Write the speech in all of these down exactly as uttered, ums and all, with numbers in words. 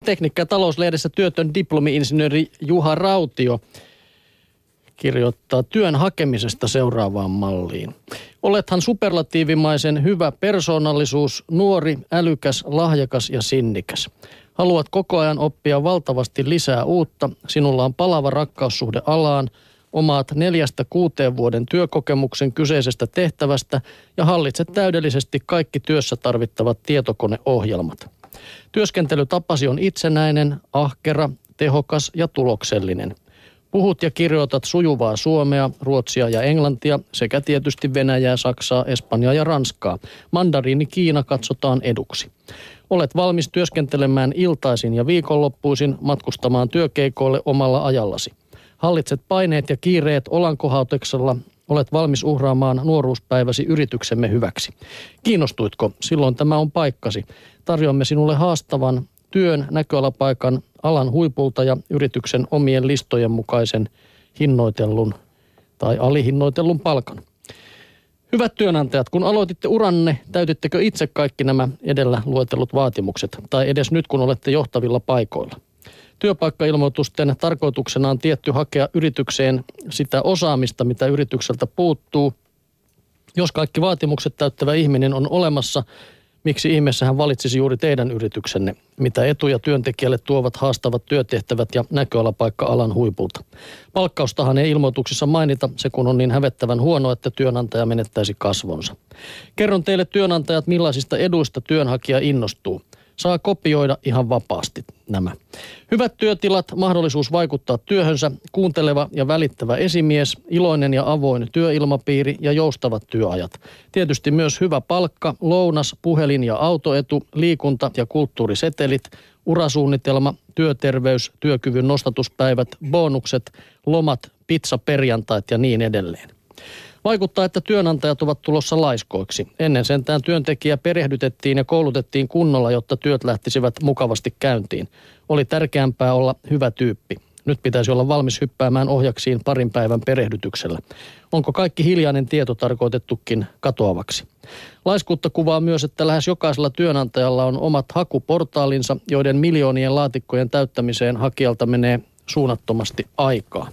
Tekniikka- ja talouslehdessä työtön diplomi-insinööri Juha Rautio kirjoittaa työn hakemisesta seuraavaan malliin. Olethan superlatiivimaisen hyvä persoonallisuus, nuori, älykäs, lahjakas ja sinnikäs. Haluat koko ajan oppia valtavasti lisää uutta. Sinulla on palava rakkaussuhde alaan, omaat neljästä kuuteen vuoden työkokemuksen kyseisestä tehtävästä ja hallitset täydellisesti kaikki työssä tarvittavat tietokoneohjelmat. Työskentelytapasi on itsenäinen, ahkera, tehokas ja tuloksellinen. Puhut ja kirjoitat sujuvaa suomea, ruotsia ja englantia sekä tietysti venäjää, saksaa, espanjaa ja ranskaa. Mandariini Kiina katsotaan eduksi. Olet valmis työskentelemään iltaisin ja viikonloppuisin, matkustamaan työkeikoille omalla ajallasi. Hallitset paineet ja kiireet olankohautuksella. Olet valmis uhraamaan nuoruuspäiväsi yrityksemme hyväksi. Kiinnostuitko? Silloin tämä on paikkasi. Tarjoamme sinulle haastavan työn, näköalapaikan, alan huipulta ja yrityksen omien listojen mukaisen hinnoitellun tai alihinnoitellun palkan. Hyvät työnantajat, kun aloititte uranne, täytittekö itse kaikki nämä edellä luetellut vaatimukset, tai edes nyt kun olette johtavilla paikoilla? Työpaikkailmoitusten tarkoituksena on tietty hakea yritykseen sitä osaamista, mitä yritykseltä puuttuu. Jos kaikki vaatimukset täyttävä ihminen on olemassa, miksi ihmeessä hän valitsisi juuri teidän yrityksenne? Mitä etuja työntekijälle tuovat haastavat työtehtävät ja näköalapaikka alan huipulta? Palkkaustahan ei ilmoituksissa mainita, se kun on niin hävettävän huono, että työnantaja menettäisi kasvonsa. Kerron teille työnantajat, millaisista eduista työnhakija innostuu. Saa kopioida ihan vapaasti nämä. Hyvät työtilat, mahdollisuus vaikuttaa työhönsä, kuunteleva ja välittävä esimies, iloinen ja avoin työilmapiiri ja joustavat työajat. Tietysti myös hyvä palkka, lounas, puhelin ja autoetu, liikunta- ja kulttuurisetelit, urasuunnitelma, työterveys, työkyvyn nostatuspäivät, bonukset, lomat, pizzaperjantait ja niin edelleen. Vaikuttaa, että työnantajat ovat tulossa laiskoiksi. Ennen sentään työntekijä perehdytettiin ja koulutettiin kunnolla, jotta työt lähtisivät mukavasti käyntiin. Oli tärkeämpää olla hyvä tyyppi. Nyt pitäisi olla valmis hyppäämään ohjaksiin parin päivän perehdytyksellä. Onko kaikki hiljainen tieto tarkoitettukin katoavaksi? Laiskuutta kuvaa myös, että lähes jokaisella työnantajalla on omat hakuportaalinsa, joiden miljoonien laatikkojen täyttämiseen hakijalta menee suunnattomasti aikaa.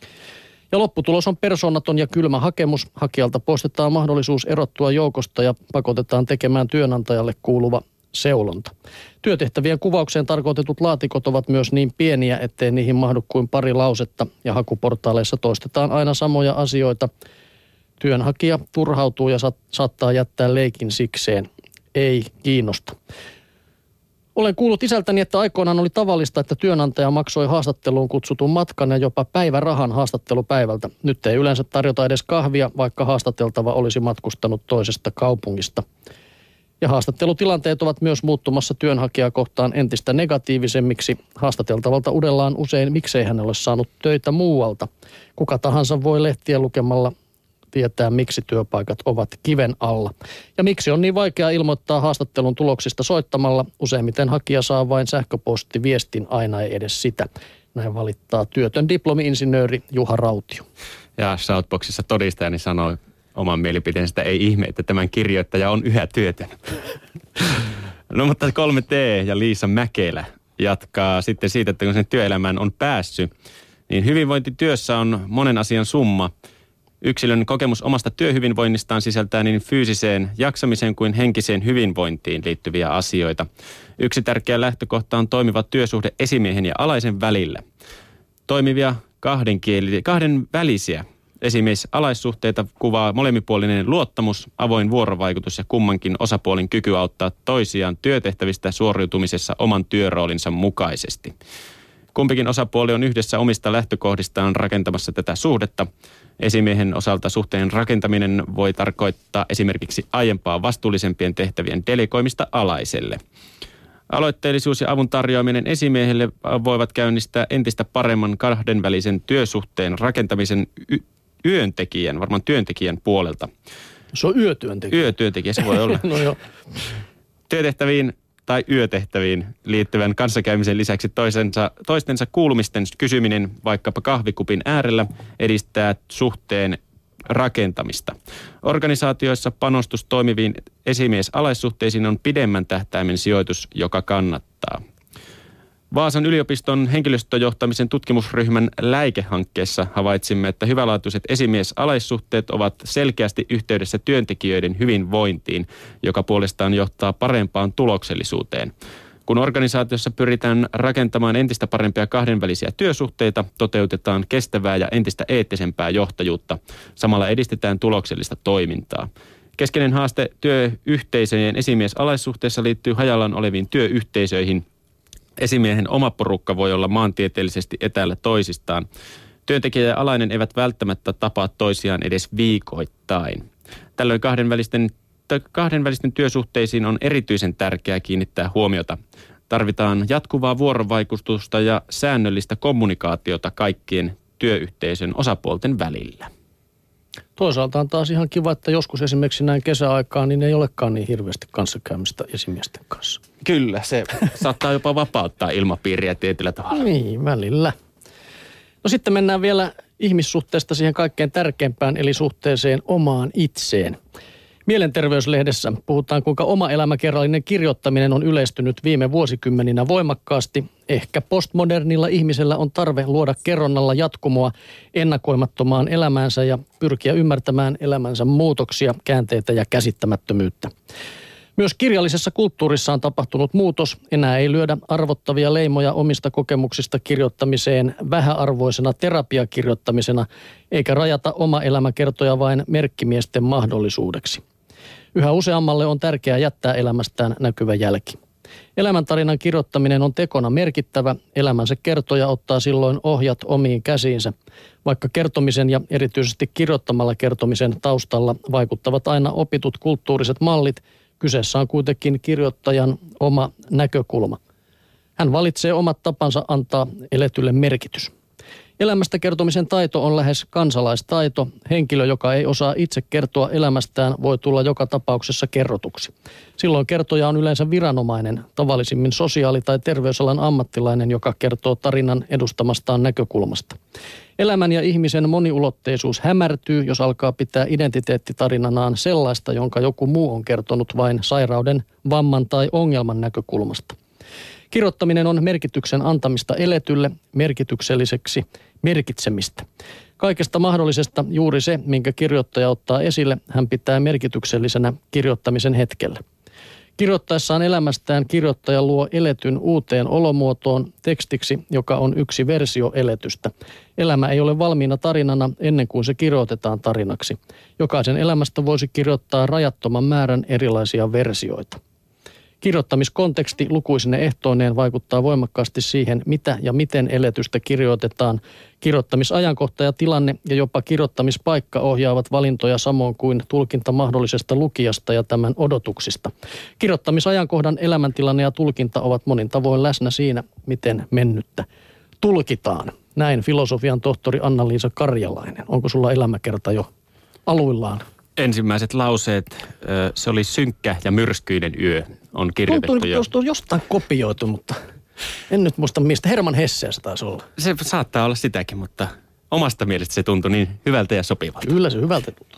Ja lopputulos on persoonaton ja kylmä hakemus. Hakijalta poistetaan mahdollisuus erottua joukosta ja pakotetaan tekemään työnantajalle kuuluva seulonta. Työtehtävien kuvaukseen tarkoitetut laatikot ovat myös niin pieniä, ettei niihin mahdu kuin pari lausetta ja hakuportaaleissa toistetaan aina samoja asioita. Työnhakija turhautuu ja saattaa jättää leikin sikseen. Ei kiinnosta. Olen kuullut isältäni, että aikoinaan oli tavallista, että työnantaja maksoi haastatteluun kutsutun matkan ja jopa päivärahan haastattelupäivältä. Nyt ei yleensä tarjota edes kahvia, vaikka haastateltava olisi matkustanut toisesta kaupungista. Ja haastattelutilanteet ovat myös muuttumassa työnhakijakohtaan entistä negatiivisemmiksi. Haastateltavalta udellaan usein, miksei hän ole saanut töitä muualta. Kuka tahansa voi lehtiä lukemalla tietää, miksi työpaikat ovat kiven alla. Ja miksi on niin vaikea ilmoittaa haastattelun tuloksista soittamalla. Useimmiten hakija saa vain sähköpostiviestin, aina ei edes sitä. Näin valittaa työtön diplomi-insinööri Juha Rautio. Ja Shoutboxissa todistajani sanoi oman mielipiteensä, ei ihme, että tämän kirjoittaja on yhä työtön. No mutta kolme T ja Liisa Mäkelä jatkaa sitten siitä, että kun sen työelämään on päässyt, niin hyvinvointityössä on monen asian summa. Yksilön kokemus omasta työhyvinvoinnistaan sisältää niin fyysiseen jaksamiseen kuin henkiseen hyvinvointiin liittyviä asioita. Yksi tärkeä lähtökohta on toimiva työsuhde esimiehen ja alaisen välillä. Toimivia kahdenkielisiä, kahden välisiä esimies-alaissuhteita kuvaa molemminpuolinen luottamus, avoin vuorovaikutus ja kummankin osapuolin kyky auttaa toisiaan työtehtävistä suoriutumisessa oman työroolinsa mukaisesti. Kumpikin osapuoli on yhdessä omista lähtökohdistaan rakentamassa tätä suhdetta. Esimiehen osalta suhteen rakentaminen voi tarkoittaa esimerkiksi aiempaa vastuullisempien tehtävien delegoimista alaiselle. Aloitteellisuus ja avun tarjoaminen esimiehelle voivat käynnistää entistä paremman kahdenvälisen työsuhteen rakentamisen y- yöntekijän, varmaan työntekijän puolelta. Se on yötyöntekijä. Yötyöntekijä, se voi olla. No joo. Työtehtäviin tai yötehtäviin liittyvän kanssakäymisen lisäksi toisensa, toistensa kuulumisten kysyminen vaikkapa kahvikupin äärellä edistää suhteen rakentamista. Organisaatioissa panostus toimiviin esimies-alaissuhteisiin on pidemmän tähtäimen sijoitus, joka kannattaa. Vaasan yliopiston henkilöstöjohtamisen tutkimusryhmän Läike-hankkeessa havaitsimme, että hyvälaatuiset esimies-alaissuhteet ovat selkeästi yhteydessä työntekijöiden hyvinvointiin, joka puolestaan johtaa parempaan tuloksellisuuteen. Kun organisaatiossa pyritään rakentamaan entistä parempia kahdenvälisiä työsuhteita, toteutetaan kestävää ja entistä eettisempää johtajuutta. Samalla edistetään tuloksellista toimintaa. Keskeinen haaste työyhteisöjen esimies-alaissuhteessa liittyy hajallaan oleviin työyhteisöihin. Esimiehen oma porukka voi olla maantieteellisesti etäällä toisistaan. Työntekijä ja alainen eivät välttämättä tapaa toisiaan edes viikoittain. Tällöin kahdenvälisten, kahdenvälisten työsuhteisiin on erityisen tärkeää kiinnittää huomiota. Tarvitaan jatkuvaa vuorovaikutusta ja säännöllistä kommunikaatiota kaikkien työyhteisön osapuolten välillä. Toisaalta on taas ihan kiva, että joskus esimerkiksi näin kesäaikaan niin ei olekaan niin hirveästi kanssakäymistä esimiesten kanssa. Kyllä, se saattaa jopa vapauttaa ilmapiiriä tietyllä tavalla. Niin, välillä. No sitten mennään vielä ihmissuhteesta siihen kaikkein tärkeimpään, eli suhteeseen omaan itseen. Mielenterveyslehdessä puhutaan, kuinka oma elämäkerrallinen kirjoittaminen on yleistynyt viime vuosikymmeninä voimakkaasti. Ehkä postmodernilla ihmisellä on tarve luoda kerronnalla jatkumoa ennakoimattomaan elämäänsä ja pyrkiä ymmärtämään elämänsä muutoksia, käänteitä ja käsittämättömyyttä. Myös kirjallisessa kulttuurissa on tapahtunut muutos. Enää ei lyödä arvottavia leimoja omista kokemuksista kirjoittamiseen vähäarvoisena terapiakirjoittamisena, eikä rajata oma elämäkertoja vain merkkimiesten mahdollisuudeksi. Yhä useammalle on tärkeää jättää elämästään näkyvä jälki. Elämäntarinan kirjoittaminen on tekona merkittävä. Elämänsä kertoja ottaa silloin ohjat omiin käsiinsä. Vaikka kertomisen ja erityisesti kirjoittamalla kertomisen taustalla vaikuttavat aina opitut kulttuuriset mallit, kyseessä on kuitenkin kirjoittajan oma näkökulma. Hän valitsee omat tapansa antaa eletylle merkitys. Elämästä kertomisen taito on lähes kansalaistaito. Henkilö, joka ei osaa itse kertoa elämästään, voi tulla joka tapauksessa kerrotuksi. Silloin kertoja on yleensä viranomainen, tavallisimmin sosiaali- tai terveysalan ammattilainen, joka kertoo tarinan edustamastaan näkökulmasta. Elämän ja ihmisen moniulotteisuus hämärtyy, jos alkaa pitää identiteettitarinanaan sellaista, jonka joku muu on kertonut vain sairauden, vamman tai ongelman näkökulmasta. Kirjoittaminen on merkityksen antamista eletylle, merkitykselliseksi merkitsemistä. Kaikesta mahdollisesta juuri se, minkä kirjoittaja ottaa esille, hän pitää merkityksellisenä kirjoittamisen hetkellä. Kirjoittaessaan elämästään kirjoittaja luo eletyn uuteen olomuotoon tekstiksi, joka on yksi versio eletystä. Elämä ei ole valmiina tarinana ennen kuin se kirjoitetaan tarinaksi. Jokaisen elämästä voisi kirjoittaa rajattoman määrän erilaisia versioita. Kirjoittamiskonteksti lukuisine ehtoineen vaikuttaa voimakkaasti siihen, mitä ja miten eletystä kirjoitetaan. Kirjoittamisajankohta ja tilanne ja jopa kirjoittamispaikka ohjaavat valintoja samoin kuin tulkinta mahdollisesta lukijasta ja tämän odotuksista. Kirjoittamisajankohdan elämäntilanne ja tulkinta ovat monin tavoin läsnä siinä, miten mennyttä tulkitaan. Näin filosofian tohtori Anna-Liisa Karjalainen. Onko sulla elämäkerta jo aluillaan? Ensimmäiset lauseet, se oli synkkä ja myrskyinen yö, on kirjoitettu Tuntuu, jo. Tuntuu jostain kopioitu, mutta en nyt muista mistä. Herman Hesseä se taisi olla. Se saattaa olla sitäkin, mutta omasta mielestä se tuntui niin hyvältä ja sopivalta. Kyllä se hyvältä tuntuu.